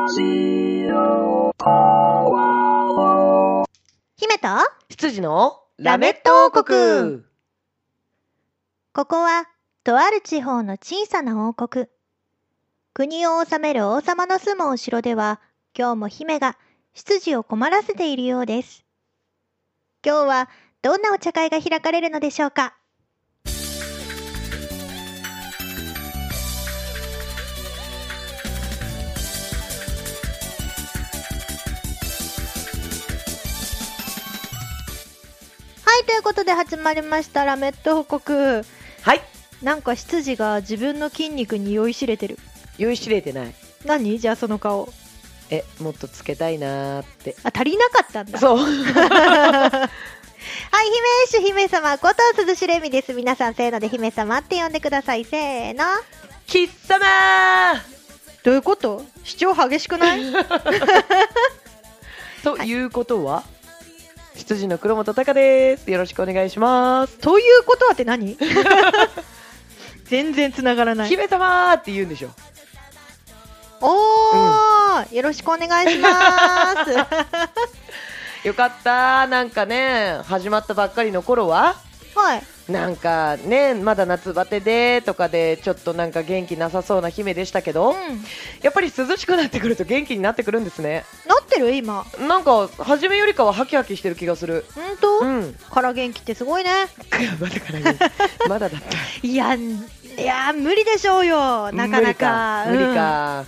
姫と羊のラメット王国。 ここはとある地方の小さな王国。国を治める王様の住むお城では、今日も姫が執事を困らせているようです。今日はどんなお茶会が開かれるのでしょうか。はい、ということで始まりましたラメット王国。 はい。 なんか執事が自分の筋肉に酔いしれてる。 酔いしれてない。 何じゃあその顔。 もっとつけたいなーって。 あ、足りなかったんだ。 そう。 はい、姫主姫様こと鈴しれみです。皆さんせーので姫様って呼んでください。せーの。 貴様ー。 どういうこと？主張激しくない？ ということは、羊の黒本隆です。よろしくお願いします。 ということはって何？全然つながらない。 姫様ーって言うんでしょ。 おー、よろしくお願いします。 よかったー。なんかね、始まったばっかりの頃ははい。 なんかね、まだ夏バテでとかでちょっとなんか元気なさそうな姫でしたけど、やっぱり涼しくなってくると元気になってくるんですね。 なってる今。 なんか初めよりかはハキハキしてる気がする。 ほんと？ うん。 から元気ってすごいね。 まだからね。まだだった。 いや無理でしょうよ。なかなか。 無理か。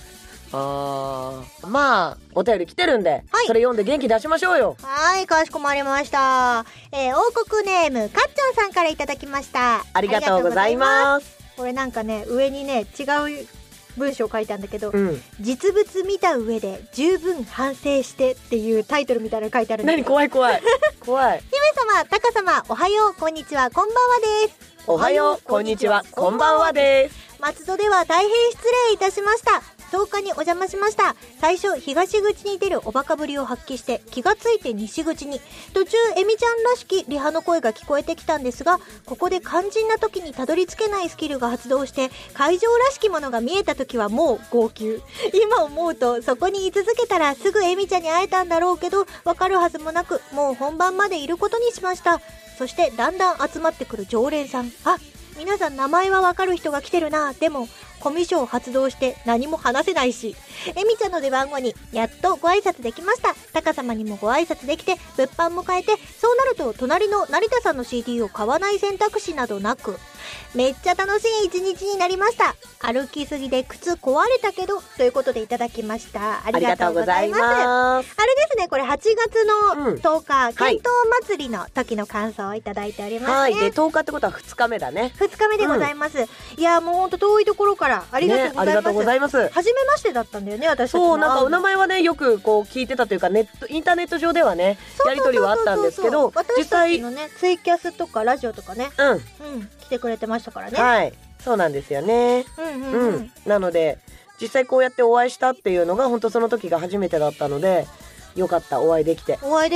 まあお便り来てるんで、はい、それ読んで元気出しましょうよ。 はい、かしこまりました。王国ネームかっちょんさんからいただきました。 ありがとうございます。 これなんかね、上にね違う文章書いたんだけど、 うん、 実物見た上で十分反省してっていうタイトルみたいなの書いてあるんだけど。 何？怖い怖い怖い。 姫様、タカ様、おはよう、こんにちは、こんばんはです。 おはよう、こんにちは、こんばんはです。 松戸では大変失礼いたしました。10日にお邪魔しました。最初東口に出るおバカぶりを発揮して気がついて西口に、途中エミちゃんらしきリハの声が聞こえてきたんですが、ここで肝心な時にたどり着けないスキルが発動して会場らしきものが見えた時はもう号泣。今思うとそこに居続けたらすぐエミちゃんに会えたんだろうけど、わかるはずもなく、もう本番までいることにしました。そしてだんだん集まってくる常連さん。あ、皆さん名前はわかる人が来てるな。でもコミュ障発動して何も話せないし。エミちゃんの出番後にやっとご挨拶できました。タカ様にもご挨拶できて、物販も買えて、そうなると隣の成田さんの CD を買わない選択肢などなく、めっちゃ楽しい一日になりました。歩きすぎで靴壊れたけど、ということでいただきました。ありがとうございます。あれですね、これ8月の10日、剣闘祭りの時の感想をいただいておりますね。 はい、で10日ってことは2日目だね。 2日目でございます。いやもうほんと遠いところからありがとうございます。 ありがとうございます。 初めましてだったんだよね、私たちも。 そう、なんかお名前はねよくこう聞いてたというか、インターネット上ではねやり取りはあったんですけど、 私たちのねツイキャスとかラジオとかね、来てくれてましたからね。 はい、そうなんですよね。なので実際こうやってお会いしたっていうのが本当その時が初めてだったので、よかった、お会いできてよかった。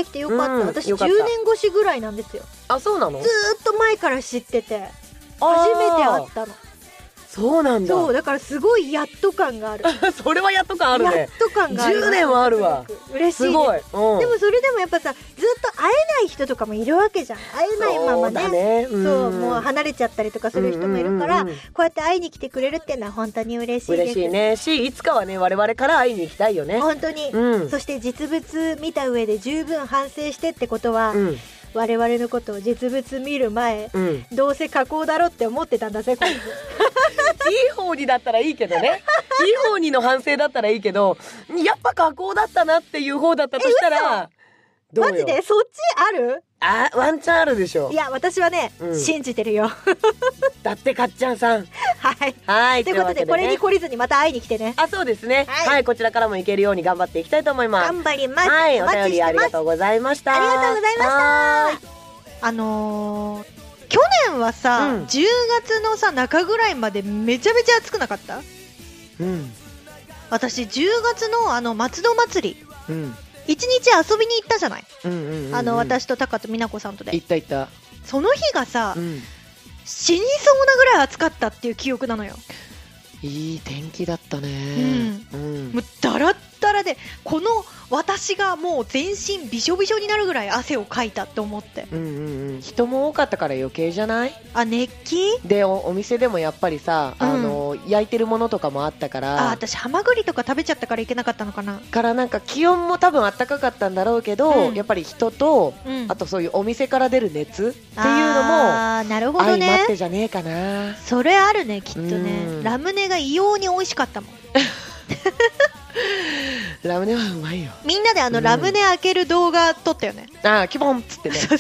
私10年越しぐらいなんですよ。 あ、そうなの？ ずーっと前から知ってて初めて会ったの。 そうなんだ。 そうだからすごいやっと感がある。 それはやっと感あるね。 やっと感がある。 10年はあるわ。 嬉しい。すごい。でもそれでもやっぱさ、ずっと会えない人とかもいるわけじゃん。会えないままね。そうもう離れちゃったりとかする人もいるから、こうやって会いに来てくれるっていうのは本当に嬉しいです。 嬉しいね。いつかはね我々から会いに行きたいよね。 本当に。そして実物見た上で十分反省してってことは。我々のことを実物見る前、どうせ加工だろって思ってたんだぜ、こいつ。 いい方にだったらいいけどね。いい方にの反省だったらいいけど、やっぱ加工だったなっていう方だったとしたら、 どうよ。マジでそっちある？ ワンチャンあるでしょ。 いや私はね、信じてるよ。 だってかっちゃんさん。 はい。ということでこれに懲りずにまた会いに来てね。 あ、そうですね。はい、こちらからも行けるように頑張っていきたいと思います。 頑張ります。 はい、お便りありがとうございました。 ありがとうございました。去年はさ、10月のさ中ぐらいまでめちゃめちゃ暑くなかった？私10月の松戸祭り、一日遊びに行ったじゃない。私とタカと美奈子さんとで。 行った。 その日がさ、死にそうなぐらい暑かったっていう記憶なのよ。 いい天気だったね。 もうダラッダラからでこの私がもう全身びしょびしょになるぐらい汗をかいたって思って、 人も多かったから余計じゃない？ 熱気で お店でもやっぱりさ、焼いてるものとかもあったから、 私ハマグリとか食べちゃったからいけなかったのかな。 からなんか気温も多分暖かかったんだろうけど、やっぱり人と、あとそういうお店から出る熱っていうのもなるほどね、 相まってじゃねえかな。 それあるねきっとね。ラムネが異様に美味しかったもんラムネはうまいよ。 みんなでラムネ開ける動画撮ったよね。 キボンっつってね。 そう、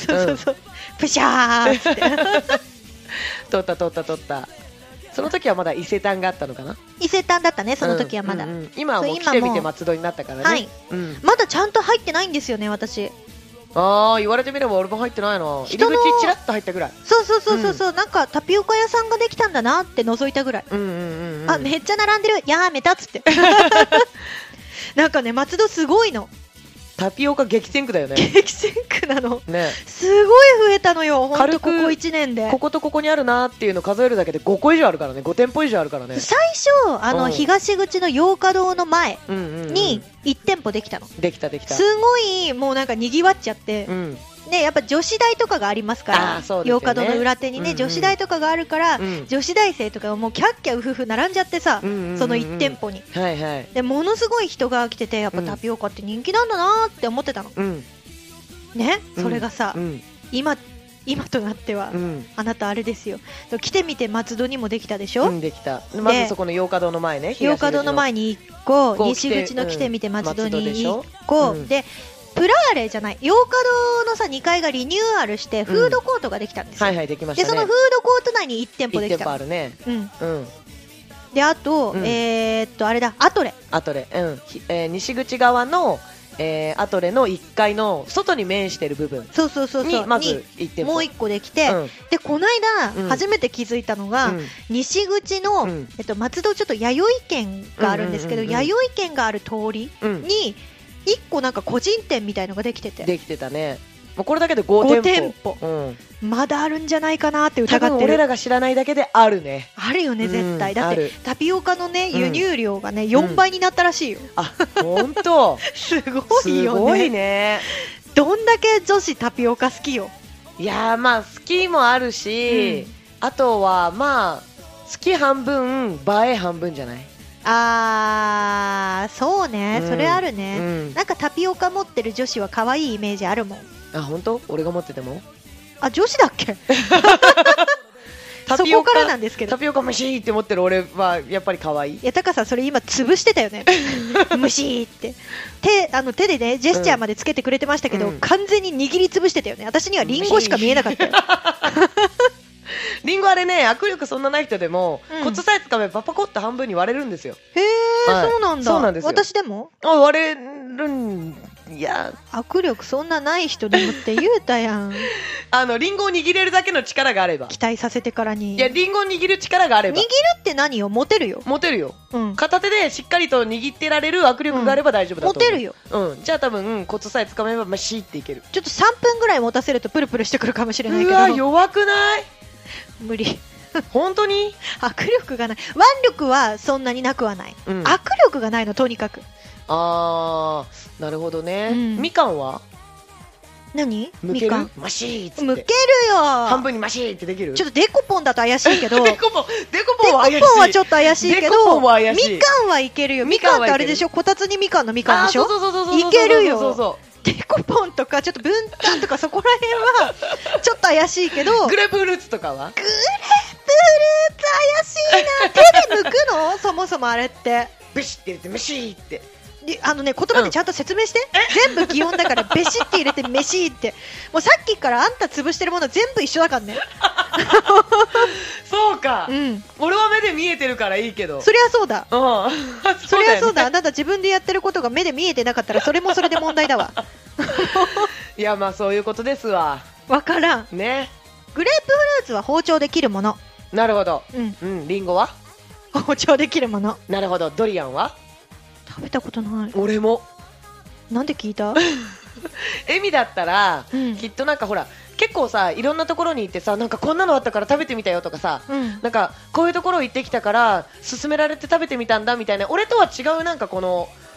プシャーっつって撮ったその時はまだ伊勢丹があったのかな。 伊勢丹だったねその時はまだ、 今はもう来てみて松戸になったからね。 はい、まだちゃんと入ってないんですよね私。 言われてみれば俺も入ってないな。入り口チラッと入ったぐらい。 そう、なんかタピオカ屋さんができたんだなって覗いたぐらい。めっちゃ並んでる、やめたっつってなんかね松戸すごいの。 タピオカ激戦区だよね。 激戦区なのね。 すごい増えたのよほんとここ1年で。 こことここにあるなっていうの数えるだけで5個以上あるからね。5店舗以上あるからね。 最初東口の洋華堂の前に1店舗できたの。 できたすごいもうなんかにぎわっちゃって、ね、やっぱ女子大とかがありますから、洋華堂の裏手にね、女子大とかがあるから、女子大生とかもうキャッキャウフフ並んじゃってさ、その1店舗に、でものすごい人が来てて、やっぱタピオカって人気なんだなって思ってたの、ね、それがさ、今となっては、あなたあれですよ、来てみて松戸にもできたでしょ。 できた。まずそこの洋華堂の前ね、 洋華堂の前に1個、西口の来てみて松戸に1個、でプラーレじゃない洋華堂のさ2階がリニューアルしてフードコートができたんですよ。 できましたね。 でそのフードコート内に1店舗できた。 1店舗あるね。 であと、あれだアトレ、 西口側のアトレの1階の外に面してる部分にまず1店舗もう1個できて、でこの間初めて気づいたのが、西口の、松戸ちょっと弥生軒があるんですけど、弥生軒がある通りに1個なんか個人店みたいのができてたね。もうこれだけで5店舗、 まだあるんじゃないかなって疑ってる。 多分俺らが知らないだけであるね。 あるよね絶対、だってタピオカのね輸入量がね4倍になったらしいよ。 本当すごいよね。 すごいね。 どんだけ女子タピオカ好きよ。 いやまあ好きもあるし、あとはまあ好き半分映え半分じゃない。 そうね、それあるね、なんかタピオカ持ってる女子は可愛いイメージあるもん。 本当？俺が持ってても女子だっけそこからなんですけど、 タピオカムシーって持ってる俺はやっぱり可愛い。 いやタカさんそれ今潰してたよねムシーって手でねジェスチャーまでつけてくれてましたけど、完全に握り潰してたよね。私にはリンゴしか見えなかったよリンゴあれね、握力そんなない人でも、コツさえつかめばパコッと半分に割れるんですよ。 へー、そうなんだ。 そうなんですよ。 私でも割れるん。いや握力そんなない人でもって言うたやんリンゴを握れるだけの力があれば。 期待させてからに。 いやリンゴを握る力があれば。 握るって何よ。持てるよ。 持てるよ、片手でしっかりと握ってられる握力があれば大丈夫だと思う。 持てるよ。 じゃあ多分コツさえつかめばシーっていける。 ちょっと3分ぐらい持たせるとプルプルしてくるかもしれないけど。 うわ弱くない？ 無理本当に握力がない。腕力はそんなになくはない、握力がないのとにかく。 なるほどね、みかんは何？ みかんマシーっつってむけるよ。 半分にマシーってできる？ ちょっとデコポンだと怪しいけどデコポンは怪しい。 デコポンはちょっと怪しいけど、 みかんはいけるよ。みかんってあれでしょ、こたつにみかんのみかんでしょ。 そういけるよ。デコポンとかちょっと分担とかそこら辺はちょっと怪しいけどグレープフルーツとかは？ グレープフルーツ怪しいな。手で剥くの？そもそもあれってベシって入れてメシーって言葉でちゃんと説明して、全部擬音だからベシって入れてメシって。もうさっきからあんた潰してるもの全部一緒だからねそうか、俺は目で見えてるからいいけど。 そりゃそうだ、そりゃそうだ。あなた自分でやってることが目で見えてなかったらそれもそれで問題だわいやまあそういうことですわ。 わからんね。 グレープフルーツは包丁で切るもの。 なるほど。リンゴは包丁で切るもの。 なるほど。ドリアンは食べたことない。 俺も。 なんで聞いたエミだったら、きっとなんかほら結構さいろんなところに行ってさ、なんかこんなのあったから食べてみたよとかさ、なんかこういうところ行ってきたから勧められて食べてみたんだみたいな、俺とは違うなんかこの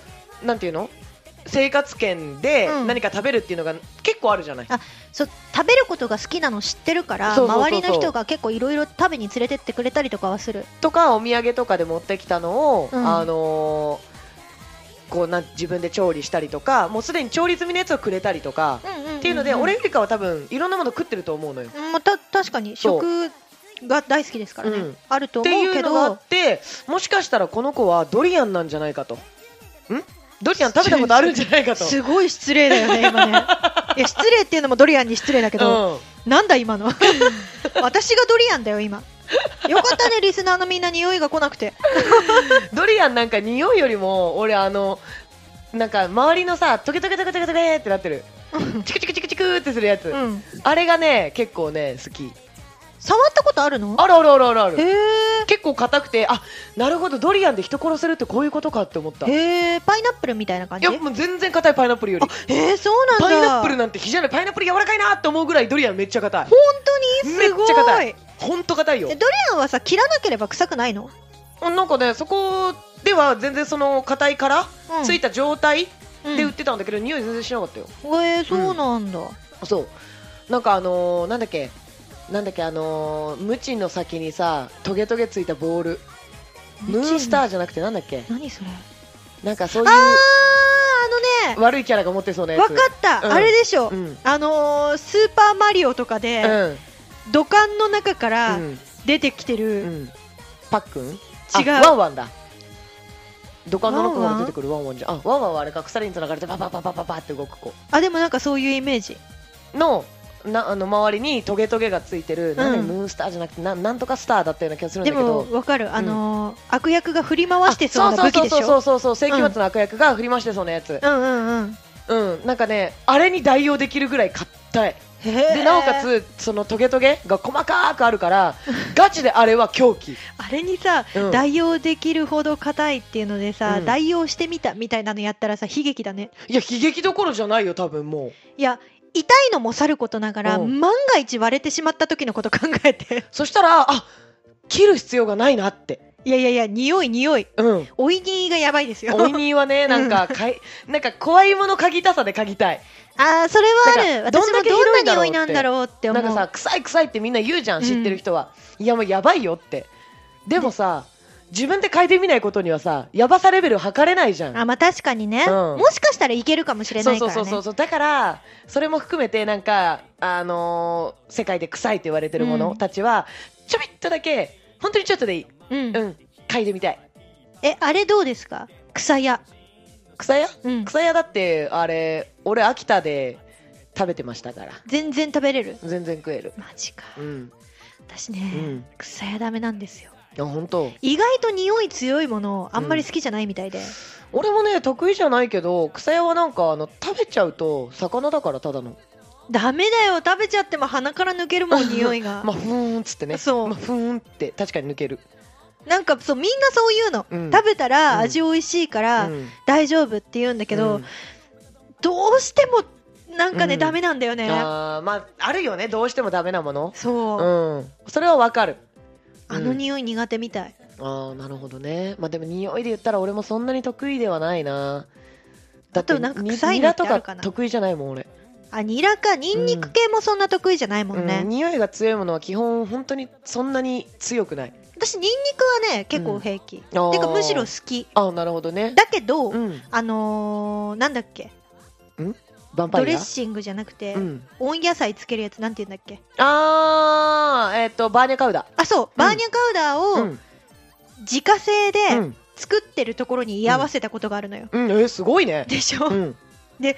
なんていうの、生活圏で何か食べるっていうのが結構あるじゃない、 そう、食べることが好きなの知ってるから、周りの人が結構いろいろ食べに連れてってくれたりとかはするとか、お土産とかで持ってきたのを、こう自分で調理したりとか、もうすでに調理済みのやつをくれたりとか、っていうので、俺よりかは多分いろんなもの食ってると思うのよ。 確かに食が大好きですからね、あると思うけど、っていうのがあって、もしかしたらこの子はドリアンなんじゃないかと。ドリアン食べたことあるんじゃないかと。 すごい失礼だよね今ね。いや、失礼っていうのもドリアンに失礼だけど、なんだ今の。私がドリアンだよ今。よかったね、リスナーのみんな匂いが来なくて。 ドリアンなんか匂いよりも俺なんか周りのさ、トゲトゲトゲトゲトゲってなってるチクチクチクチクってするやつ、あれがね結構ね好き。 触ったことあるの？ あるあるあるあるある。結構硬くて、あ、なるほど、ドリアンで人殺せるってこういうことかって思った。 パイナップルみたいな感じ？ いや、もう全然硬い、パイナップルより。 そうなんだ。 パイナップルなんて比じゃない。パイナップル柔らかいなって思うぐらいドリアンめっちゃ硬い。 本当に？すごい。 めっちゃ硬い。ほんと硬いよ。 ドリアンはさ、切らなければ臭くないの？ なんかね、そこでは全然その硬い殻ついた状態で売ってたんだけど、匂い全然しなかったよ。 そうなんだ。 そう。なんかなんだっけムチの先にさ、トゲトゲついたボール、ムーンスターじゃなくてなんだっけ、 何それ、 なんかそういう悪いキャラが持ってそうなやつ。 分かった、あれでしょ、スーパーマリオとかで、土管の中から出てきてる、 パックン、 違う、 ワンワンだ。土管の中から出てくるワンワンじゃん。ワンワンはあれか、鎖につながれてパパパパパパって動く子。 でもなんかそういうイメージの周りにトゲトゲがついてる、なんでムーンスターじゃなくてなんとかスターだったような気がするんだけど。 でも分かる、悪役が振り回してそうな武器でしょ。 そう世紀末の悪役が振り回してそうなやつ。なんかね、あれに代用できるぐらい硬いで、なおかつそのトゲトゲが細かくあるからガチであれは凶器。 あれにさ、代用できるほど硬いっていうのでさ、代用してみたみたいなのやったらさ、悲劇だね。 いや、悲劇どころじゃないよ多分。もういや、痛いのもさることながら、万が一割れてしまった時のこと考えて、 そしたら切る必要がないなって。 いや匂い、おいにーがやばいですよ。 おいにーはね、なんか怖いもの嗅ぎたさで嗅ぎたい。 それはある。私もどんな匂いなんだろうって思う。 なんかさ、臭いってみんな言うじゃん、知ってる人は。いや、もうやばいよって。でもさ、自分で嗅いでみないことにはさ、やばさレベル測れないじゃん。 確かにね、もしかしたらいけるかもしれないからね。 そうだからそれも含めて、なんか世界で臭いと言われてるものたちは、ちょびっとだけ、本当にちょっとでいい、嗅いでみたい。 あれどうですか？草屋。 草屋だって、あれ俺秋田で食べてましたから。 全然食べれる？ 全然食える。 マジか。私ね、草屋ダメなんですよ。 本当。 意外と匂い強いものあんまり好きじゃないみたいで、 俺もね得意じゃないけど、草屋はなんか食べちゃうと魚だから、ただの。 ダメだよ、食べちゃっても鼻から抜けるもん匂いが。 ふーんっつってね。ふーんって確かに抜ける。 なんかそう、みんなそういうの、食べたら味美味しいから大丈夫って言うんだけど、どうしてもなんかね、ダメなんだよね。 あるよね、どうしてもダメなもの。 そう、 それはわかる。 匂い苦手みたい。 なるほどね。でも匂いで言ったら俺もそんなに得意ではないな。だってなんか臭いのってあるかな。 ニラとか得意じゃないもん俺。 ニラか、ニンニク系もそんな得意じゃないもんね。 匂いが強いものは基本本当にそんなに強くない。 私ニンニクはね結構平気、てかむしろ好き。 なるほどね。 だけど、なんだっけ、 バンパイアドレッシングじゃなくて、温野菜つけるやつ、なんて言うんだっけ。 バーニャカウダ。 そう、バーニャカウダを自家製で作ってるところに居合わせたことがあるのよ。 すごいね。 でしょ。で、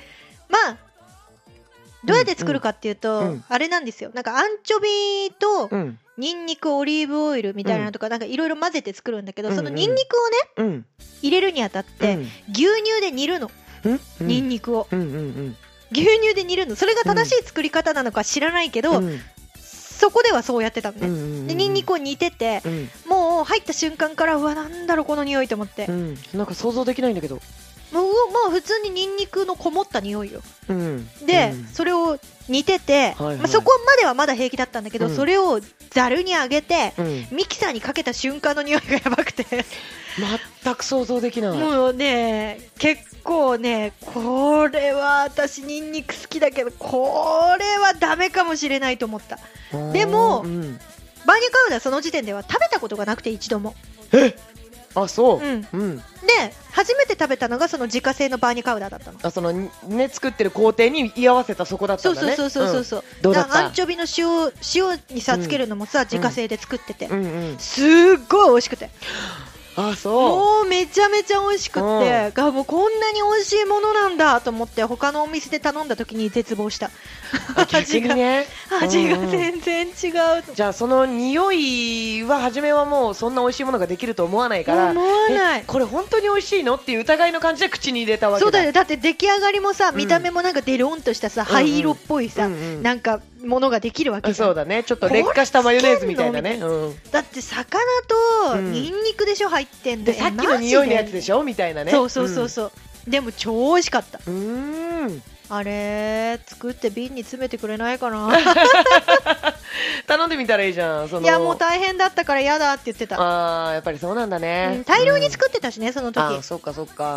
どうやって作るかっていうと、あれなんですよ。なんかアンチョビとニンニク、オリーブオイルみたいなのとか、なんかいろいろ混ぜて作るんだけど、そのニンニクをね、入れるにあたって牛乳で煮るの。ニンニクを牛乳で煮るの。それが正しい作り方なのか知らないけど、そこではそうやってたのね。でニンニクを煮てて、もう入った瞬間から、うわ、なんだろうこの匂いと思って、 なんか想像できないんだけど。 もう普通にニンニクのこもった匂いよ、で、それを煮てて、そこまではまだ平気だったんだけど、それをざるにあげて、ミキサーにかけた瞬間の匂いがやばくて全く想像できない。 もうね、結構ね、これは私ニンニク好きだけどこれはダメかもしれないと思った。でも、バーニャカウダその時点では食べたことがなくて、一度も。 あ、そう。 で、初めて食べたのがその自家製のバーニャカウダだったの。 そのね、作ってる工程に居合わせたそこだったんだね。 そう。 どうだった？ アンチョビの塩にさつけるのもさ、自家製で作ってて、すっごい美味しくて。 あ、そう。 もうめちゃめちゃ美味しくって、もうこんなに美味しいものなんだと思って、他のお店で頼んだ時に絶望した。 逆にね、 味が全然違う。 じゃあその匂いは初めはもうそんな美味しいものができると思わないから、 思わない。 これ本当に美味しいのっていう疑いの感じで口に入れたわけだ。 そうだよ。だって出来上がりもさ、見た目もなんかデロンとしたさ、灰色っぽいさ、なんかものができるわけじゃん。 そうだね。ちょっと劣化したマヨネーズみたいなね。 だって魚とニンニクでしょ入ってんだよ。 でさっきの匂いのやつでしょみたいなね。 そう。でも超美味しかった。あれ作って瓶に詰めてくれないかな。 頼んでみたらいいじゃん。 いやもう大変だったから嫌だって言ってた。 ああ、やっぱりそうなんだね。 大量に作ってたしね、その時。 あ、そっか。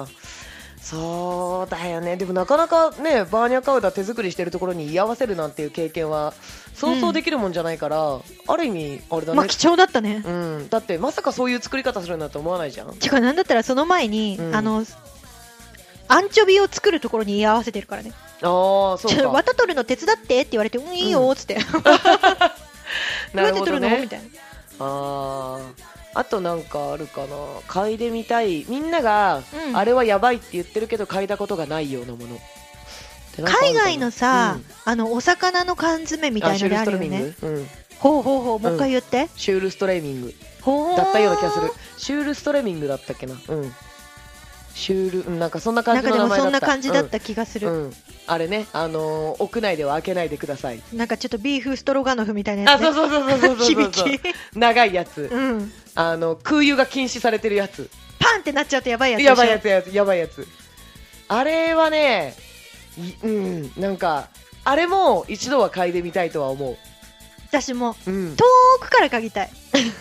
そうだよね。でもなかなかね、バーニャカウダ手作りしてるところに居合わせるなんていう経験はそうそうできるもんじゃないから、ある意味あれだね。 貴重だったね。 だってまさかそういう作り方するんだと思わないじゃん。 てかなんだったらその前に、アンチョビを作るところに居合わせてるからね。 そうか。 綿取るの手伝ってって言われて、いいよっつって。 なるほどね。 みたいな。 あとなんかあるかな。嗅いでみたい。みんなが、あれはやばいって言ってるけど嗅いだことがないようなもの。 海外のさ、お魚の缶詰みたいなのであるよね。ほうもう一回言って。 シュールストレーミングだったような気がする。シュールストレーミングだったっけな。シュール、なんかそんな感じの名前だった。 なんかでもそんな感じだった気がする。 あれね、屋内では開けないでください。 なんかちょっとビーフストロガノフみたいなやつ、ね。 そう響き長いやつ。空輸が禁止されてるやつ。 パンってなっちゃうとやばいやつ。 やばいやつ。あれはね、なんかあれも一度は嗅いでみたいとは思う。 私も、遠くから嗅ぎたい。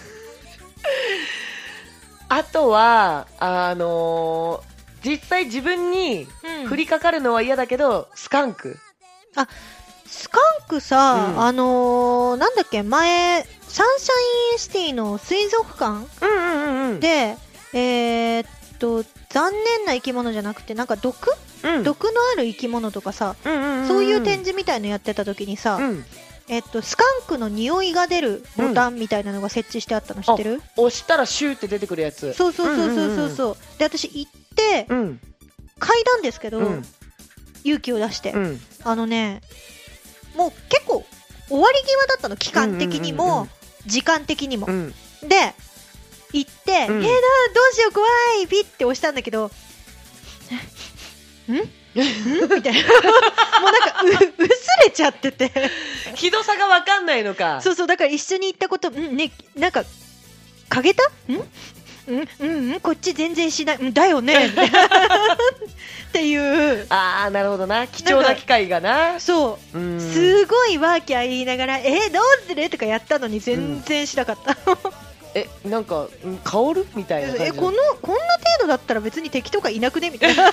あとは実際自分に降りかかるのは嫌だけど、スカンク。 スカンクさ、なんだっけ、前サンシャインエシティの水族館で、残念な生き物じゃなくてなんか毒のある生き物とかさ、そういう展示みたいのやってた時にさ、スカンクの匂いが出るボタンみたいなのが設置してあったの知ってる？ 押したらシューって出てくるやつ。 そうで、私行って嗅いだんですけど、勇気を出して、もう結構終わり際だったの、期間的にも時間的にも、で行って、どうしよう怖いピッて押したんだけどみたいなもうなんか薄れちゃっててひどさが分かんないのか。 そうだから一緒に行ったことね、なんかかげたこっち全然しないだよねっていう。 なるほどな、貴重な機会がな。 そうすごいワーキャー言いながらどうするとかやったのに全然しなかったなんか香るみたいな感じ。 こんな程度だったら別に敵とかいなくねみたいな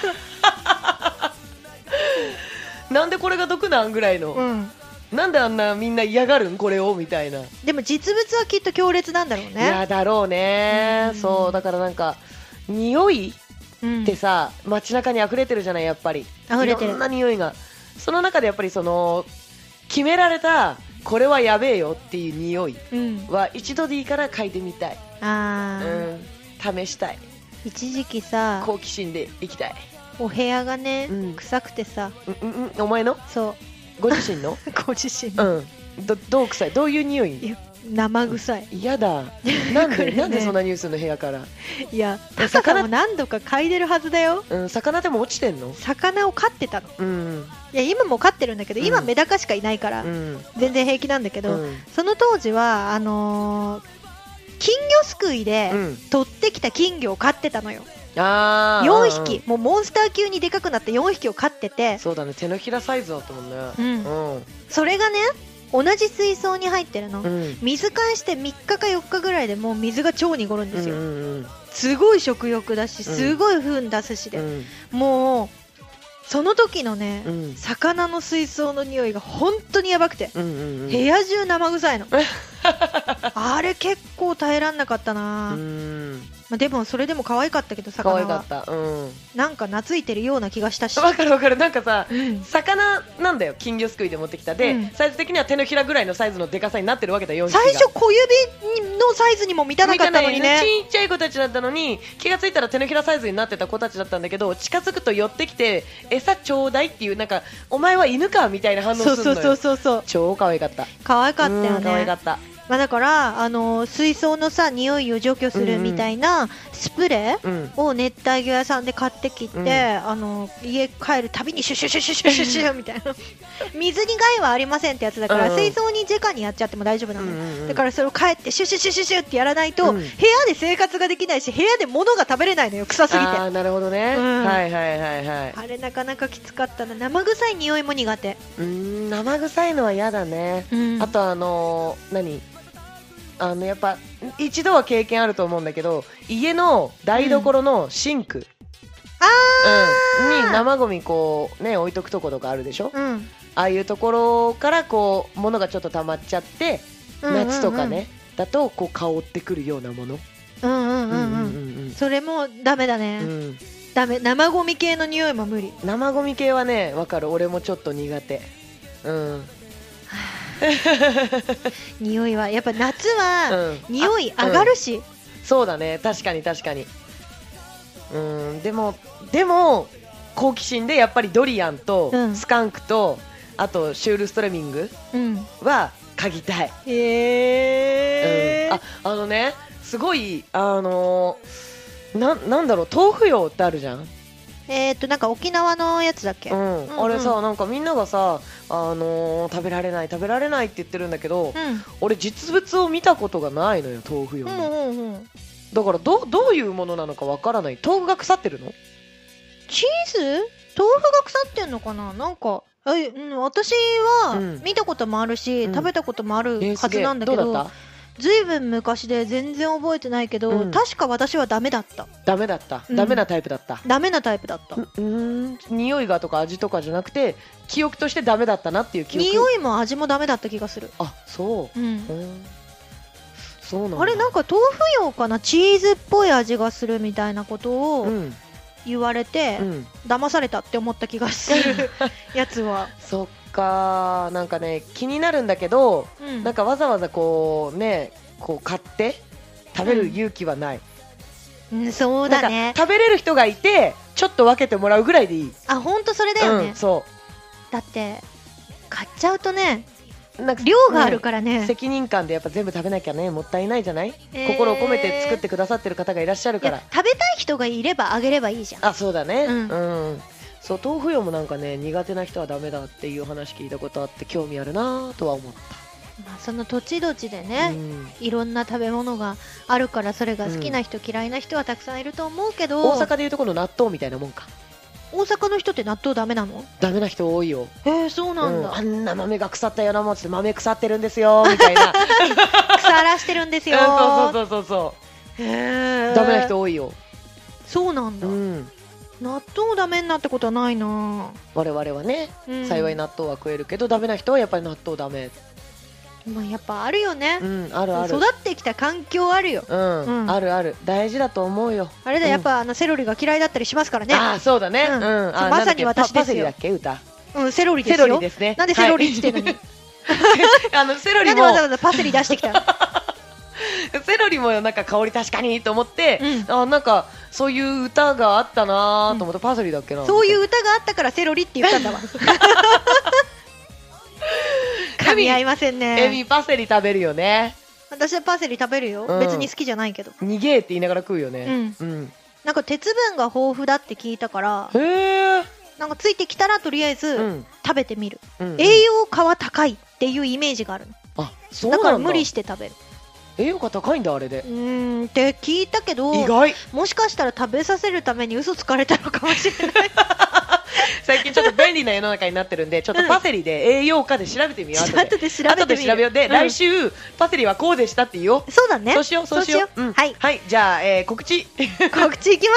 なんでこれが毒なんぐらいの、なんであんなみんな嫌がるんこれをみたいな。 でも実物はきっと強烈なんだろうね。 いやだろうね。そうだからなんか匂いってさ、街中に溢れてるじゃない。やっぱり溢れてる、 いろんな匂いが。その中でやっぱりその決められたこれはやべえよっていう匂いは一度でいいから嗅いでみたい。試したい。 一時期さ、 好奇心で行きたい。 お部屋がね、臭くてさ。 お前の？ そう。 ご自身の？ ご自身の。 どう臭い？どういう匂い？ 生臭い。 嫌だ。なんでそんなニュースの部屋から？ いや、魚も何度か嗅いでるはずだよ。 魚でも落ちてんの？魚を飼ってたの。いや今も飼ってるんだけど、今メダカしかいないから、全然平気なんだけど、その当時は金魚すくいで取ってきた金魚を飼ってたのよ。 4匹、もうモンスター級にでかくなって4匹を飼ってて、 そうだね、手のひらサイズだったもんね。 それがね同じ水槽に入ってるの、水返して3日か4日ぐらいでもう水が超濁るんですよ、すごい食欲だしすごい糞出すしで、もうその時のね、魚の水槽の匂いが本当にやばくて、部屋中生臭いのあれ結構耐えらんなかったな。でもそれでも可愛かったけど、魚は可愛かった、なんか懐いてるような気がしたし。 わかるわかる、なんかさ、魚なんだよ、金魚すくいで持ってきたで、サイズ的には手のひらぐらいのサイズのでかさになってるわけだよ。 最初小指のサイズにも満たなかったのにね、 ちっちゃい子たちだったのに、気がついたら手のひらサイズになってた子たちだったんだけど、近づくと寄ってきて餌ちょうだいっていう、なんかお前は犬かみたいな反応するのよ。そう超可愛かった。 可愛かったよね。 可愛かった。 だから水槽のさ匂いを除去するみたいなスプレーを熱帯魚屋さんで買ってきて、家帰るたびにシュシュシュシュシュシュシュみたいな水に害はありませんってやつだから、水槽に直にやっちゃっても大丈夫なの、だからそれを帰ってシュシュシュシュシュってやらないと、部屋で生活ができないし部屋で物が食べれないのよ、臭すぎて。 なるほどね、はいはいはいはい。 あれなかなかきつかったな。生臭い匂いも苦手。 生臭いのは嫌だね、あと何やっぱ一度は経験あると思うんだけど、家の台所のシンク、に生ゴミこうね置いとくとことかあるでしょ、ああいうところからこう物がちょっと溜まっちゃって、夏とかねだとこう香ってくるようなもの、それもダメだね、ダメ。生ゴミ系の匂いも無理。生ゴミ系はねわかる、俺もちょっと苦手。 匂いはやっぱ夏は匂い上がるし、 そうだね、確かに確かに。でも好奇心でやっぱりドリアンとスカンクと、あとシュールストレミングは嗅ぎたい。すごいなんだろう、豆腐用ってあるじゃん。 なんか沖縄のやつだっけ、 あれさ、なんかみんながさ、食べられないって言ってるんだけど、俺実物を見たことがないのよ、豆腐用の。だからどういうものなのかわからない。豆腐が腐ってるの？ チーズ？豆腐が腐ってんのかな。なんか私は見たこともあるし、食べたこともあるはずなんだけど、 どうだった？ ずいぶん昔で全然覚えてないけど、確か私はダメだった。 ダメなタイプだった。 ダメなタイプだった。 匂いがとか味とかじゃなくて、記憶としてダメだったなっていう記憶。 匂いも味もダメだった気がする。 そう。そうなんだ。 あれなんか豆腐用かな、チーズっぽい味がするみたいなことを言われて、騙されたって思った気がするやつは。 そっか、なんかね気になるんだけど、なんかわざわざこうねこう買って食べる勇気はない。 そうだね。 食べれる人がいてちょっと分けてもらうぐらいでいい。 ほんとそれだよね。そうだって買っちゃうとね、なんか量があるからね、 責任感でやっぱ全部食べなきゃね、もったいないじゃない、心を込めて作ってくださってる方がいらっしゃるから。 食べたい人がいればあげればいいじゃん。 そうだね。そう、豆腐用もなんかね苦手な人はダメだっていう話聞いたことあって興味あるなとは思った。 その土地土地でね、いろんな食べ物があるから、それが好きな人、嫌いな人はたくさんいると思うけど、 大阪でいうとこの納豆みたいなもんか。 大阪の人って納豆ダメなの？ ダメな人多いよ。 そうなんだ。 あんな豆が腐ったようなもんって、豆腐ってるんですよみたいな腐らしてるんですよそうダメな人多いよ。 そうなんだ。納豆ダメになってことはないな。 我々はね、幸い納豆は食えるけど、ダメな人はやっぱり納豆ダメ。 やっぱあるよね。 あるある。 育ってきた環境あるよ。 あるある。大事だと思うよ。 あれだ、やっぱセロリが嫌いだったりしますからね。 そうだね。 まさに私ですよ。 パセリだっけ、歌。 セロリですよ。 セロリですね。 なんでセロリって言ってんのに。 セロリもなんでわざわざパセリ出してきたの？ セロリもなんか香り確かにと思って、なんかそういう歌があったなと思って、パセリだっけな。 そういう歌があったからセロリって言ったんだわ。噛み合いませんね。 エミパセリ食べるよね。 私はパセリ食べるよ。別に好きじゃないけど。 逃げって言いながら食うよね。 なんか鉄分が豊富だって聞いたから、なんかついてきたらとりあえず食べてみる。栄養価は高いっていうイメージがあるの。 そうなんだ。 だから無理して食べる。 栄養価高いんだあれで。 って聞いたけど、 意外。 もしかしたら食べさせるために嘘つかれたのかもしれない。 最近ちょっと便利な世の中になってるんで、ちょっとパセリで栄養価で調べてみよう。 後で調べてみよう。 で、来週パセリはこうでしたって言おう。 そうだね。 そうしよう。はい。じゃあ、告知。 告知いきます。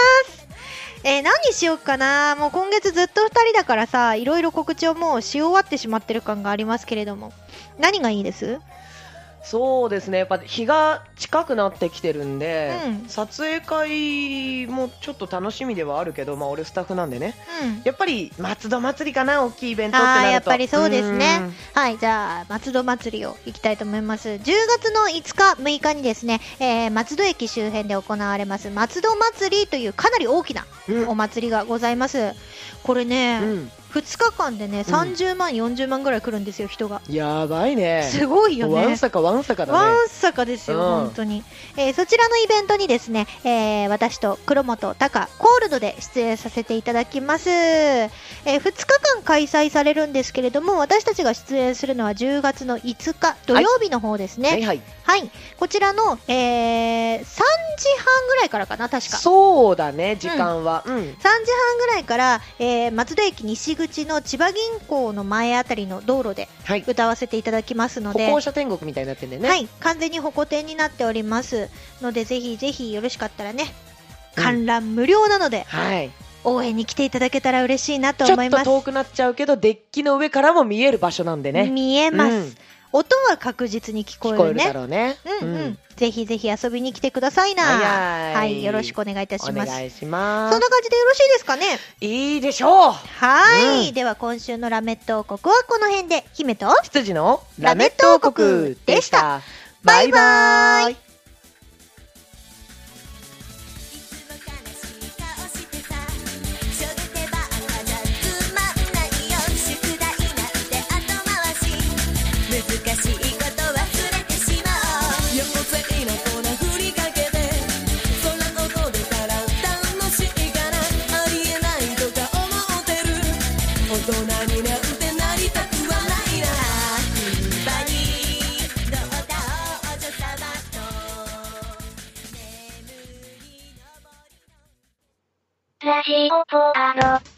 何しようかな。もう今月ずっと2人だからさ、いろいろ告知をもうし終わってしまってる感がありますけれども、何がいいです？ そうですね、やっぱ日が近くなってきてるんで、撮影会もちょっと楽しみではあるけど、まあ俺スタッフなんでね、やっぱり松戸祭りかな、大きいイベントってなると。 やっぱりそうですね。はい、じゃあ松戸祭りを行きたいと思います。10月の5日6日にですね、松戸駅周辺で行われます松戸祭りというかなり大きなお祭りがございます。これね、2日間でね、30万、40万ぐらい来るんですよ、人が。 やばいね。 すごいよね。 わんさかだね。 わんさかですよ、本当に。そちらのイベントにですね、私と黒本隆コールドで出演させていただきます。2日間開催されるんですけれども、私たちが出演するのは10月の5日土曜日の方ですね。はい。こちらの、3時半ぐらいからかな、確か。 そうだね、時間は。 3時半ぐらいから、松戸駅西口の千葉銀行の前あたりの道路で歌わせていただきますので、 歩行者天国みたいになってんだよね。 はい、完全に歩行天になっておりますので、ぜひぜひよろしかったらね、観覧無料なので、応援に来ていただけたら嬉しいなと思います。 ちょっと遠くなっちゃうけど、デッキの上からも見える場所なんでね。 見えます。音は確実に聞こえるね。 聞こえるだろうね。 ぜひぜひ遊びに来てくださいな。はい、よろしくお願いいたします。 お願いします。 そんな感じでよろしいですかね？ いいでしょう。 はい、では今週のラメット王国はこの辺で、姫と羊のラメット王国でした。バイバーイ。 ラジオポアロ。